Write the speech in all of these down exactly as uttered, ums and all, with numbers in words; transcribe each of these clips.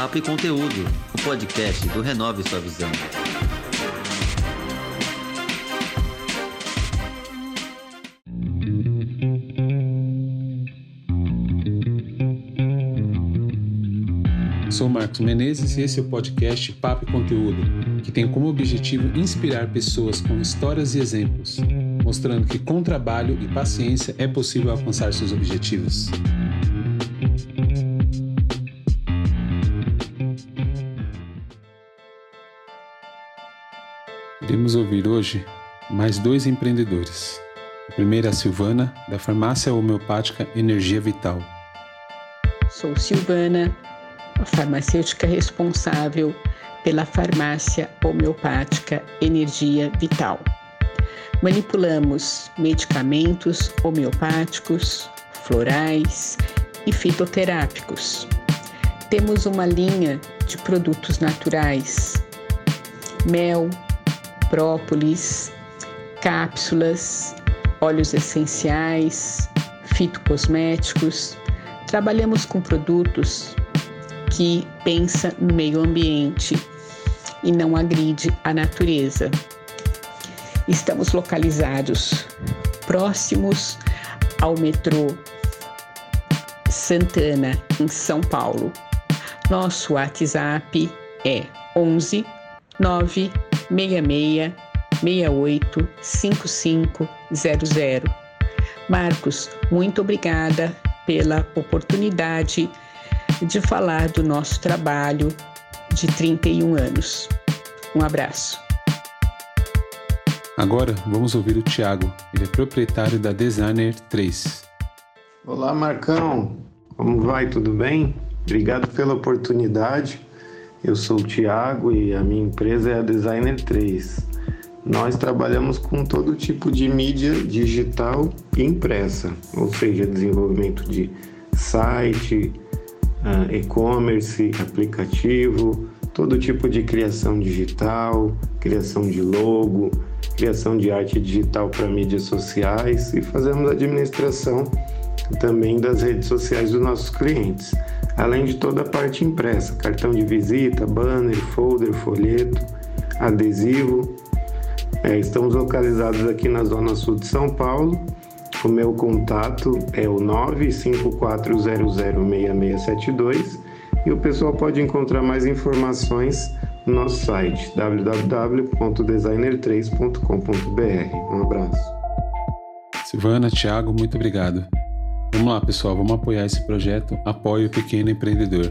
Papo e Conteúdo, o podcast do Renove Sua Visão. Sou Marcos Menezes e esse é o podcast Papo e Conteúdo, que tem como objetivo inspirar pessoas com histórias e exemplos, mostrando que com trabalho e paciência é possível alcançar seus objetivos. Iremos ouvir hoje mais dois empreendedores. O primeiro é a Silvana, da farmácia homeopática Energia Vital. Sou Silvana, a farmacêutica responsável pela farmácia homeopática Energia Vital. Manipulamos medicamentos homeopáticos, florais e fitoterápicos. Temos uma linha de produtos naturais, mel, própolis, cápsulas, óleos essenciais, fitocosméticos. Trabalhamos com produtos que pensam no meio ambiente e não agride a natureza. Estamos localizados próximos ao metrô Santana, em São Paulo. Nosso WhatsApp é onze nove seis seis seis oito cinco cinco zero zero. Marcos, muito obrigada pela oportunidade de falar do nosso trabalho de trinta e um anos. Um abraço. Agora vamos ouvir o Thiago, ele é proprietário da Designer três. Olá Marcão, como vai? Tudo bem? Obrigado pela oportunidade. Eu sou o Thiago e a minha empresa é a Designer três. Nós trabalhamos com todo tipo de mídia digital e impressa, ou seja, desenvolvimento de site, uh, e-commerce, aplicativo, todo tipo de criação digital, criação de logo, criação de arte digital para mídias sociais e fazemos administração também das redes sociais dos nossos clientes, além de toda a parte impressa, cartão de visita, banner, folder, folheto, adesivo. É, estamos localizados aqui na Zona Sul de São Paulo. O meu contato é o nove cinco quatro zero zero seis seis sete dois e o pessoal pode encontrar mais informações no nosso site w w w ponto designer três ponto com ponto b r. Um abraço. Silvana, Thiago, muito obrigado. Vamos lá, pessoal, vamos apoiar esse projeto Apoie o Pequeno Empreendedor.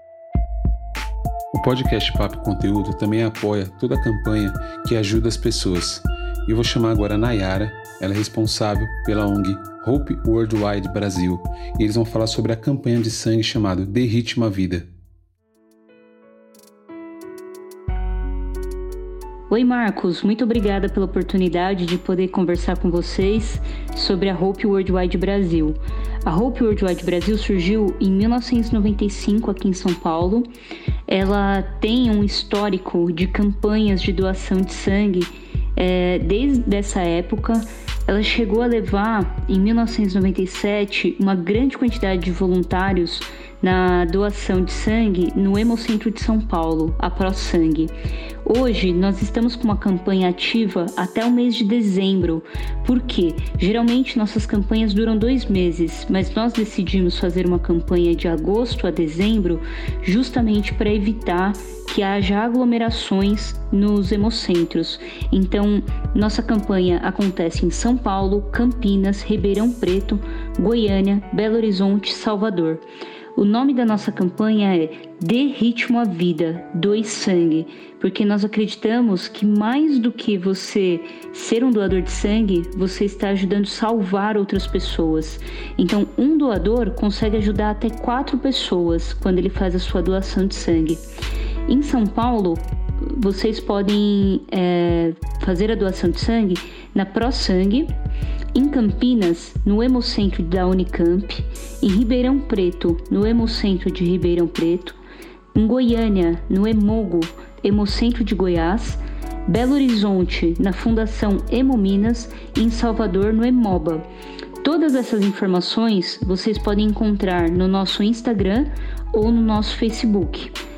O podcast Papo Conteúdo também apoia toda a campanha que ajuda as pessoas. E eu vou chamar agora a Nayara, ela é responsável pela O N G Hope Worldwide Brasil, e eles vão falar sobre a campanha de sangue chamada Dê Ritmo à Vida. Oi Marcos, muito obrigada pela oportunidade de poder conversar com vocês sobre a Hope Worldwide Brasil. A Hope Worldwide Brasil surgiu em mil novecentos e noventa e cinco aqui em São Paulo. Ela tem um histórico de campanhas de doação de sangue é, desde essa época. Ela chegou a levar, em mil novecentos e noventa e sete, uma grande quantidade de voluntários na doação de sangue no Hemocentro de São Paulo, a ProSangue. Hoje, nós estamos com uma campanha ativa até o mês de dezembro. Por quê? Geralmente, nossas campanhas duram dois meses, mas nós decidimos fazer uma campanha de agosto a dezembro justamente para evitar que haja aglomerações nos hemocentros. Então, nossa campanha acontece em São Paulo, Campinas, Ribeirão Preto, Goiânia, Belo Horizonte, Salvador. O nome da nossa campanha é Dê Ritmo à Vida, Doe Sangue, porque nós acreditamos que mais do que você ser um doador de sangue, você está ajudando a salvar outras pessoas. Então, um doador consegue ajudar até quatro pessoas quando ele faz a sua doação de sangue. Em São Paulo, vocês podem é, fazer a doação de sangue na ProSangue, em Campinas, no Hemocentro da Unicamp, em Ribeirão Preto, no Hemocentro de Ribeirão Preto, em Goiânia, no Hemogo, Hemocentro de Goiás, Belo Horizonte, na Fundação Hemominas e em Salvador, no Hemoba. Todas essas informações vocês podem encontrar no nosso Instagram ou no nosso Facebook.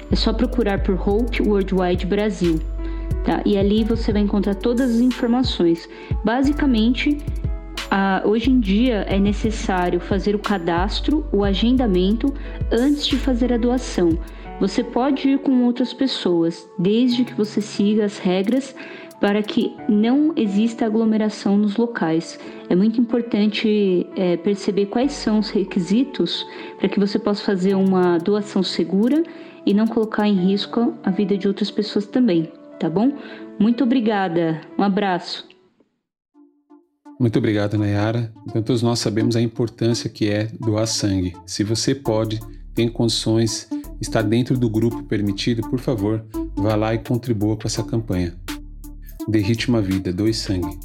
É só procurar por Hope Worldwide Brasil, tá? E ali você vai encontrar todas as informações. Basicamente, ah, hoje em dia é necessário fazer o cadastro, o agendamento antes de fazer a doação. Você pode ir com outras pessoas, desde que você siga as regras para que não exista aglomeração nos locais. É muito importante é, perceber quais são os requisitos para que você possa fazer uma doação segura e não colocar em risco a vida de outras pessoas também, tá bom? Muito obrigada, um abraço. Muito obrigado, Nayara. Então todos nós sabemos a importância que é doar sangue. Se você pode, tem condições, está dentro do grupo permitido, por favor, vá lá e contribua com essa campanha. Dê ritmo à vida, doe sangue.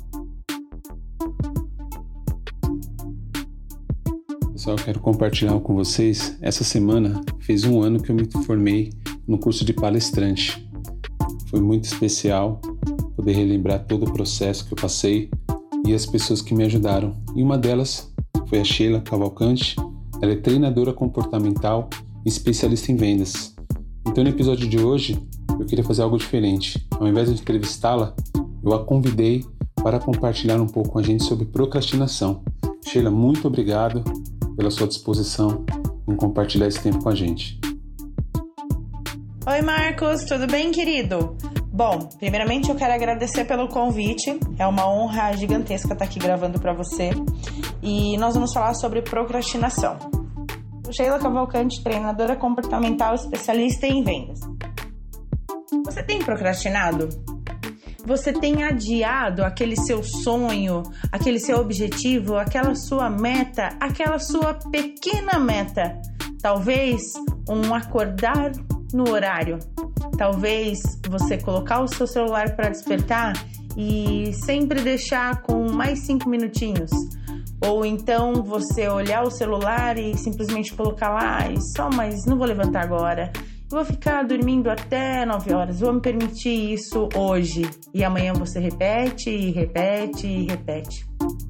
Pessoal, eu quero compartilhar com vocês. Essa semana fez um ano que eu me formei no curso de palestrante. Foi muito especial poder relembrar todo o processo que eu passei e as pessoas que me ajudaram. E uma delas foi a Sheila Cavalcante. Ela é treinadora comportamental e especialista em vendas. Então, no episódio de hoje, eu queria fazer algo diferente. Ao invés de entrevistá-la, eu a convidei para compartilhar um pouco com a gente sobre procrastinação. Sheila, muito obrigado pela sua disposição em compartilhar esse tempo com a gente. Oi, Marcos, tudo bem, querido? Bom, primeiramente eu quero agradecer pelo convite. É uma honra gigantesca estar aqui gravando para você. E nós vamos falar sobre procrastinação. Sheila Cavalcante, treinadora comportamental especialista em vendas. Você tem procrastinado? Você tem adiado aquele seu sonho, aquele seu objetivo, aquela sua meta, aquela sua pequena meta? Talvez um acordar no horário. Talvez você colocar o seu celular para despertar e sempre deixar com mais cinco minutinhos. Ou então você olhar o celular e simplesmente colocar lá e só, mas não vou levantar agora. Eu vou ficar dormindo até nove horas, vou me permitir isso hoje. E amanhã você repete e repete e repete.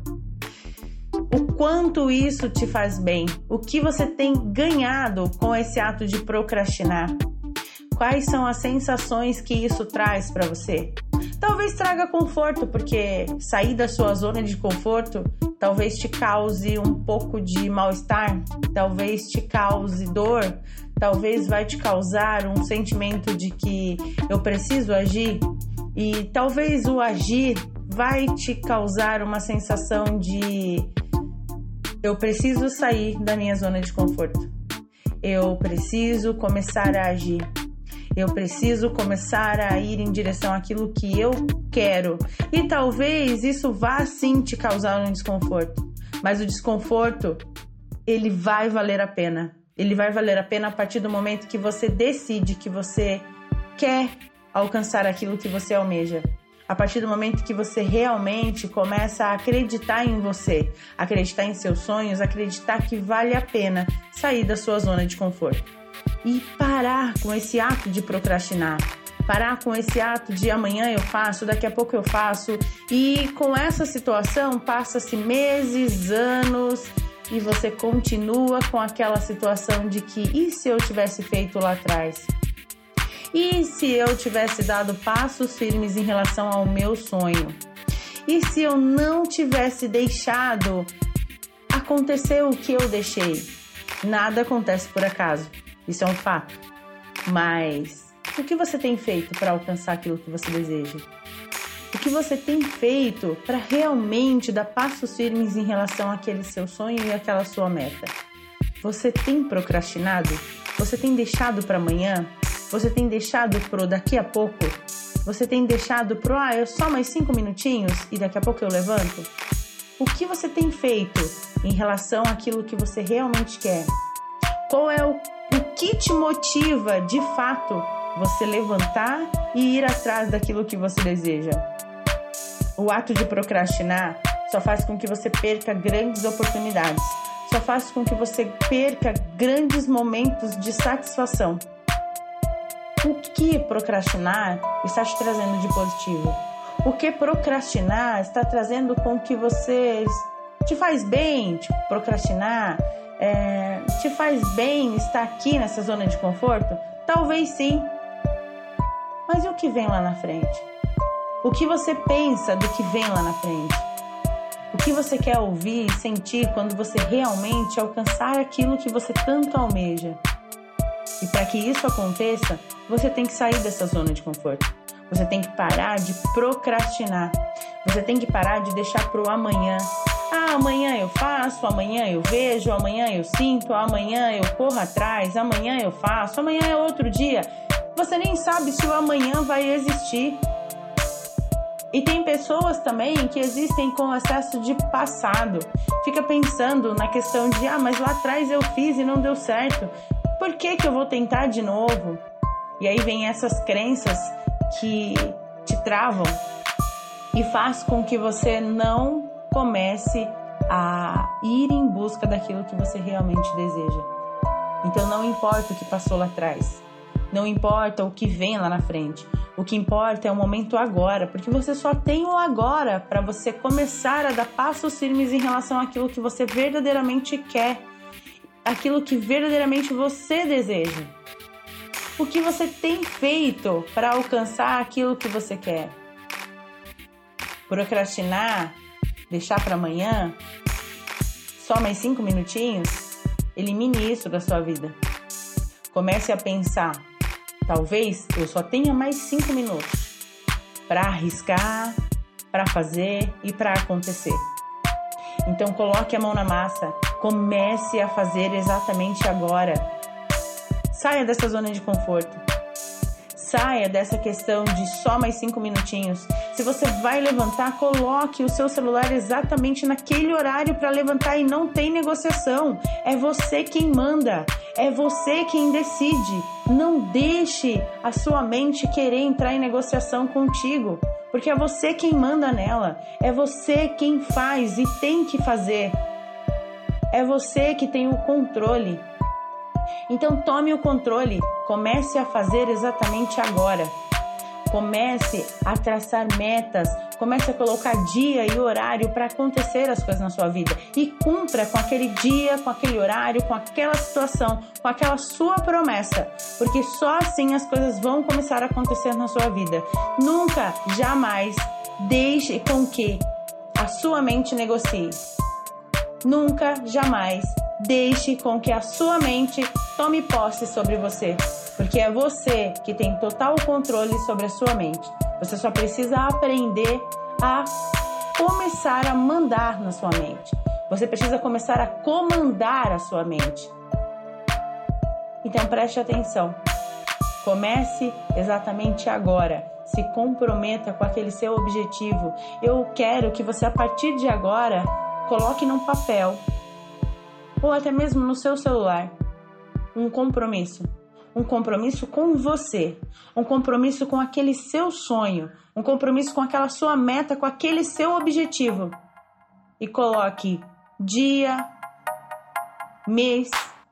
O quanto isso te faz bem? O que você tem ganhado com esse ato de procrastinar? Quais são as sensações que isso traz para você? Talvez traga conforto, porque sair da sua zona de conforto talvez te cause um pouco de mal-estar, talvez te cause dor, talvez vai te causar um sentimento de que eu preciso agir, e talvez o agir vai te causar uma sensação de eu preciso sair da minha zona de conforto, eu preciso começar a agir. Eu preciso começar a ir em direção àquilo que eu quero. E talvez isso vá sim te causar um desconforto. Mas o desconforto, ele vai valer a pena. Ele vai valer a pena a partir do momento que você decide que você quer alcançar aquilo que você almeja. A partir do momento que você realmente começa a acreditar em você, acreditar em seus sonhos, acreditar que vale a pena sair da sua zona de conforto. E parar com esse ato de procrastinar, parar com esse ato de amanhã eu faço, daqui a pouco eu faço, e com essa situação passa-se meses, anos, e você continua com aquela situação de que e se eu tivesse feito lá atrás? E se eu tivesse dado passos firmes em relação ao meu sonho? E se eu não tivesse deixado acontecer o que eu deixei? Nada acontece por acaso. Isso é um fato, mas o que você tem feito para alcançar aquilo que você deseja? O que você tem feito para realmente dar passos firmes em relação àquele seu sonho e àquela sua meta? Você tem procrastinado? Você tem deixado para amanhã? Você tem deixado pro daqui a pouco? Você tem deixado pro, ah, eu só mais cinco minutinhos e daqui a pouco eu levanto? O que você tem feito em relação àquilo que você realmente quer? Qual é o O que te motiva, de fato, você levantar e ir atrás daquilo que você deseja? O ato de procrastinar só faz com que você perca grandes oportunidades, só faz com que você perca grandes momentos de satisfação. O que procrastinar está te trazendo de positivo? O que procrastinar está trazendo com que você te faz bem, tipo, procrastinar? É, te faz bem estar aqui nessa zona de conforto? Talvez sim. Mas e o que vem lá na frente? O que você pensa do que vem lá na frente? O que você quer ouvir e sentir quando você realmente alcançar aquilo que você tanto almeja? E para que isso aconteça, você tem que sair dessa zona de conforto. Você tem que parar de procrastinar. Você tem que parar de deixar para o amanhã. Ah, amanhã eu faço, amanhã eu vejo, amanhã eu sinto, amanhã eu corro atrás, amanhã eu faço, amanhã é outro dia. Você nem sabe se o amanhã vai existir. E tem pessoas também que existem com excesso de passado. Fica pensando na questão de, ah, mas lá atrás eu fiz e não deu certo. Por que que eu vou tentar de novo? E aí vem essas crenças que te travam e faz com que você não comece a ir em busca daquilo que você realmente deseja. Então não importa o que passou lá atrás, não importa o que vem lá na frente, o que importa é o momento agora, porque você só tem o agora para você começar a dar passos firmes em relação àquilo que você verdadeiramente quer, aquilo que verdadeiramente você deseja. O que você tem feito para alcançar aquilo que você quer? Procrastinar? Deixar para amanhã? Só mais cinco minutinhos? Elimine isso da sua vida. Comece a pensar, talvez eu só tenha mais cinco minutos para arriscar, para fazer e para acontecer. Então coloque a mão na massa, comece a fazer exatamente agora. Saia dessa zona de conforto. Saia dessa questão de só mais cinco minutinhos. Se você vai levantar, coloque o seu celular exatamente naquele horário para levantar e não tem negociação. É você quem manda. É você quem decide. Não deixe a sua mente querer entrar em negociação contigo, porque é você quem manda nela. É você quem faz e tem que fazer. É você que tem o controle. Então tome o controle, comece a fazer exatamente agora. Comece a traçar metas, comece a colocar dia e horário para acontecer as coisas na sua vida. E cumpra com aquele dia, com aquele horário, com aquela situação, com aquela sua promessa. Porque só assim as coisas vão começar a acontecer na sua vida. Nunca, jamais deixe com que a sua mente negocie. Nunca, jamais deixe com que a sua mente tome posse sobre você, porque é você que tem total controle sobre a sua mente. Você só precisa aprender a começar a mandar na sua mente. Você precisa começar a comandar a sua mente. Então preste atenção. Comece exatamente agora. Se comprometa com aquele seu objetivo. Eu quero que você, a partir de agora, coloque num papel ou até mesmo no seu celular um compromisso. Um compromisso com você. Um compromisso com aquele seu sonho. Um compromisso com aquela sua meta, com aquele seu objetivo. E coloque dia, mês,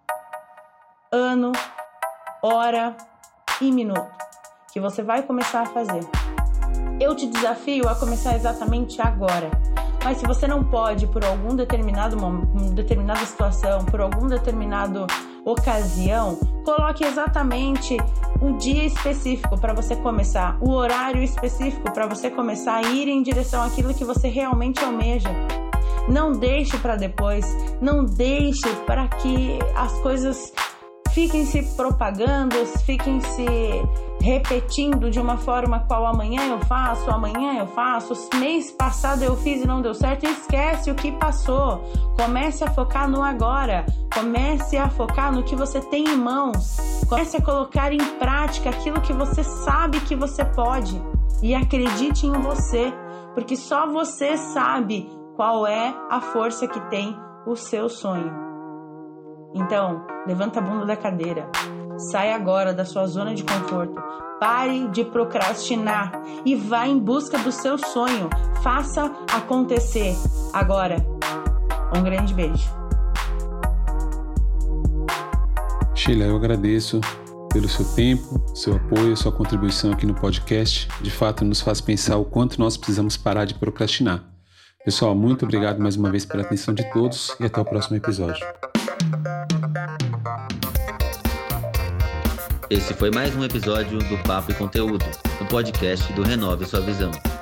ano, hora e minuto que você vai começar a fazer. Eu te desafio a começar exatamente agora. Mas se você não pode, por algum determinado momento, determinada situação, por algum determinado ocasião, coloque exatamente o dia específico para você começar, o horário específico para você começar a ir em direção àquilo que você realmente almeja. Não deixe para depois, não deixe para que as coisas fiquem se propagando, fiquem se repetindo de uma forma qual amanhã eu faço, amanhã eu faço, mês passado eu fiz e não deu certo. Esquece o que passou. Comece a focar no agora. Comece a focar no que você tem em mãos. Comece a colocar em prática aquilo que você sabe que você pode. E acredite em você, porque só você sabe qual é a força que tem o seu sonho. Então, levanta a bunda da cadeira. Sai agora da sua zona de conforto. Pare de procrastinar e vá em busca do seu sonho. Faça acontecer agora. Um grande beijo. Sheila, eu agradeço pelo seu tempo, seu apoio, sua contribuição aqui no podcast. De fato, nos faz pensar o quanto nós precisamos parar de procrastinar. Pessoal, muito obrigado mais uma vez pela atenção de todos e até o próximo episódio. Esse foi mais um episódio do Papo e Conteúdo, o podcast do Renove Sua Visão.